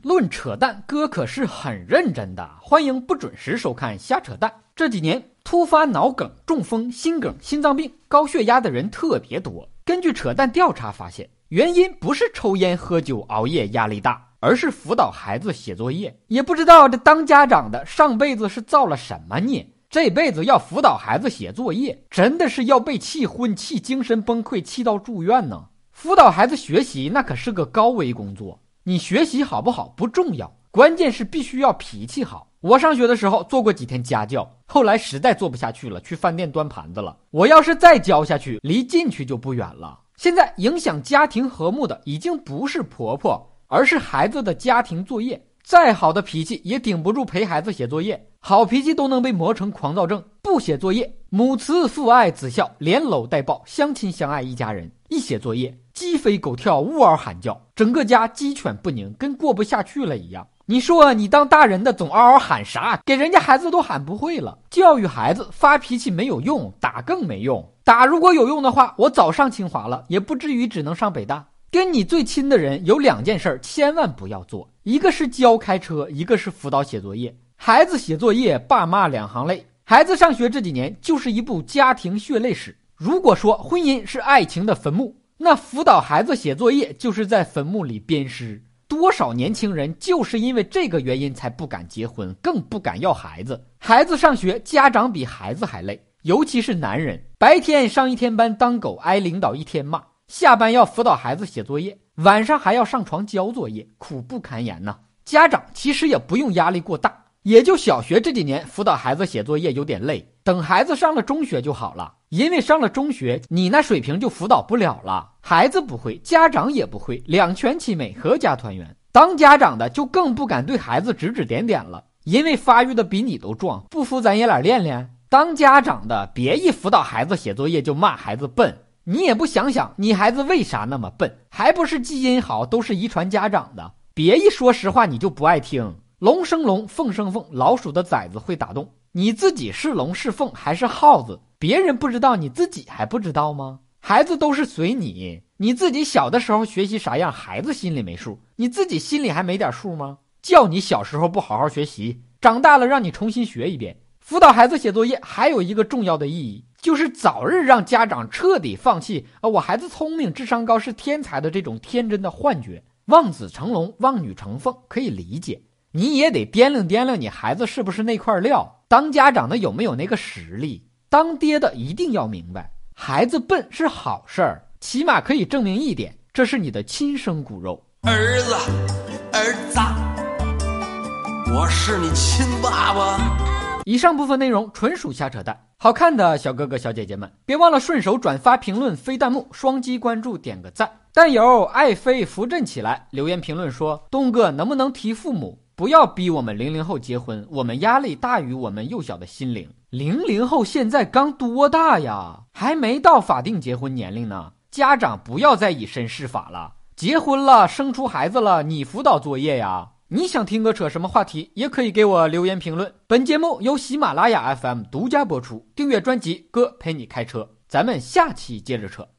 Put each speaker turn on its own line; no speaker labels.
论扯淡，哥可是很认真的，欢迎不准时收看瞎扯淡。这几年突发脑梗、中风、心梗、心脏病、高血压的人特别多。根据扯淡调查发现，原因不是抽烟喝酒熬夜压力大，而是辅导孩子写作业。也不知道这当家长的上辈子是造了什么孽，这辈子要辅导孩子写作业，真的是要被气昏、气精神崩溃、气到住院呢。辅导孩子学习那可是个高危工作，你学习好不好不重要，关键是必须要脾气好。我上学的时候做过几天家教，后来实在做不下去了，去饭店端盘子了。我要是再教下去，离进去就不远了。现在影响家庭和睦的已经不是婆婆，而是孩子的家庭作业。再好的脾气也顶不住陪孩子写作业，好脾气都能被磨成狂躁症。不写作业，母慈父爱子孝，连搂带抱，相亲相爱一家人。一写作业，鸡飞狗跳，呜嗷喊叫，整个家鸡犬不宁，跟过不下去了一样。你说你当大人的总嗷嗷喊啥，给人家孩子都喊不会了。教育孩子发脾气没有用，打更没用。打如果有用的话，我早上清华了，也不至于只能上北大。跟你最亲的人有两件事千万不要做，一个是教开车，一个是辅导写作业。孩子写作业，爸妈两行泪。孩子上学这几年就是一部家庭血泪史。如果说婚姻是爱情的坟墓，那辅导孩子写作业就是在坟墓里鞭尸。多少年轻人就是因为这个原因才不敢结婚，更不敢要孩子。孩子上学，家长比孩子还累，尤其是男人，白天上一天班当狗，挨领导一天骂，下班要辅导孩子写作业，晚上还要上床交作业，苦不堪言呐。家长其实也不用压力过大，也就小学这几年辅导孩子写作业有点累，等孩子上了中学就好了。因为上了中学，你那水平就辅导不了了，孩子不会，家长也不会，两全其美，合家团圆。当家长的就更不敢对孩子指指点点了，因为发育的比你都壮，不服咱爷俩练练。当家长的别一辅导孩子写作业就骂孩子笨，你也不想想你孩子为啥那么笨，还不是基因好，都是遗传家长的。别一说实话你就不爱听，龙生龙，凤生凤，老鼠的崽子会打洞。你自己是龙是凤还是耗子，别人不知道，你自己还不知道吗？孩子都是随你，你自己小的时候学习啥样，孩子心里没数，你自己心里还没点数吗？叫你小时候不好好学习，长大了让你重新学一遍。辅导孩子写作业还有一个重要的意义，就是早日让家长彻底放弃我孩子聪明智商高是天才的这种天真的幻觉。望子成龙，望女成凤可以理解，你也得掂量掂量你孩子是不是那块料，当家长的有没有那个实力。当爹的一定要明白，孩子笨是好事儿，起码可以证明一点，这是你的亲生骨肉。
儿子，儿子，我是你亲爸爸。
以上部分内容纯属瞎扯淡，好看的小哥哥小姐姐们别忘了顺手转发评论飞弹幕，双击关注点个赞。但有爱妃扶正起来留言评论说，东哥能不能提父母不要逼我们00后结婚，我们压力大于我们幼小的心灵。00后现在刚多大呀，还没到法定结婚年龄呢。家长不要再以身试法了，结婚了生出孩子了，你辅导作业呀。你想听哥扯什么话题也可以给我留言评论。本节目由喜马拉雅 FM 独家播出，订阅专辑哥陪你开车，咱们下期接着扯。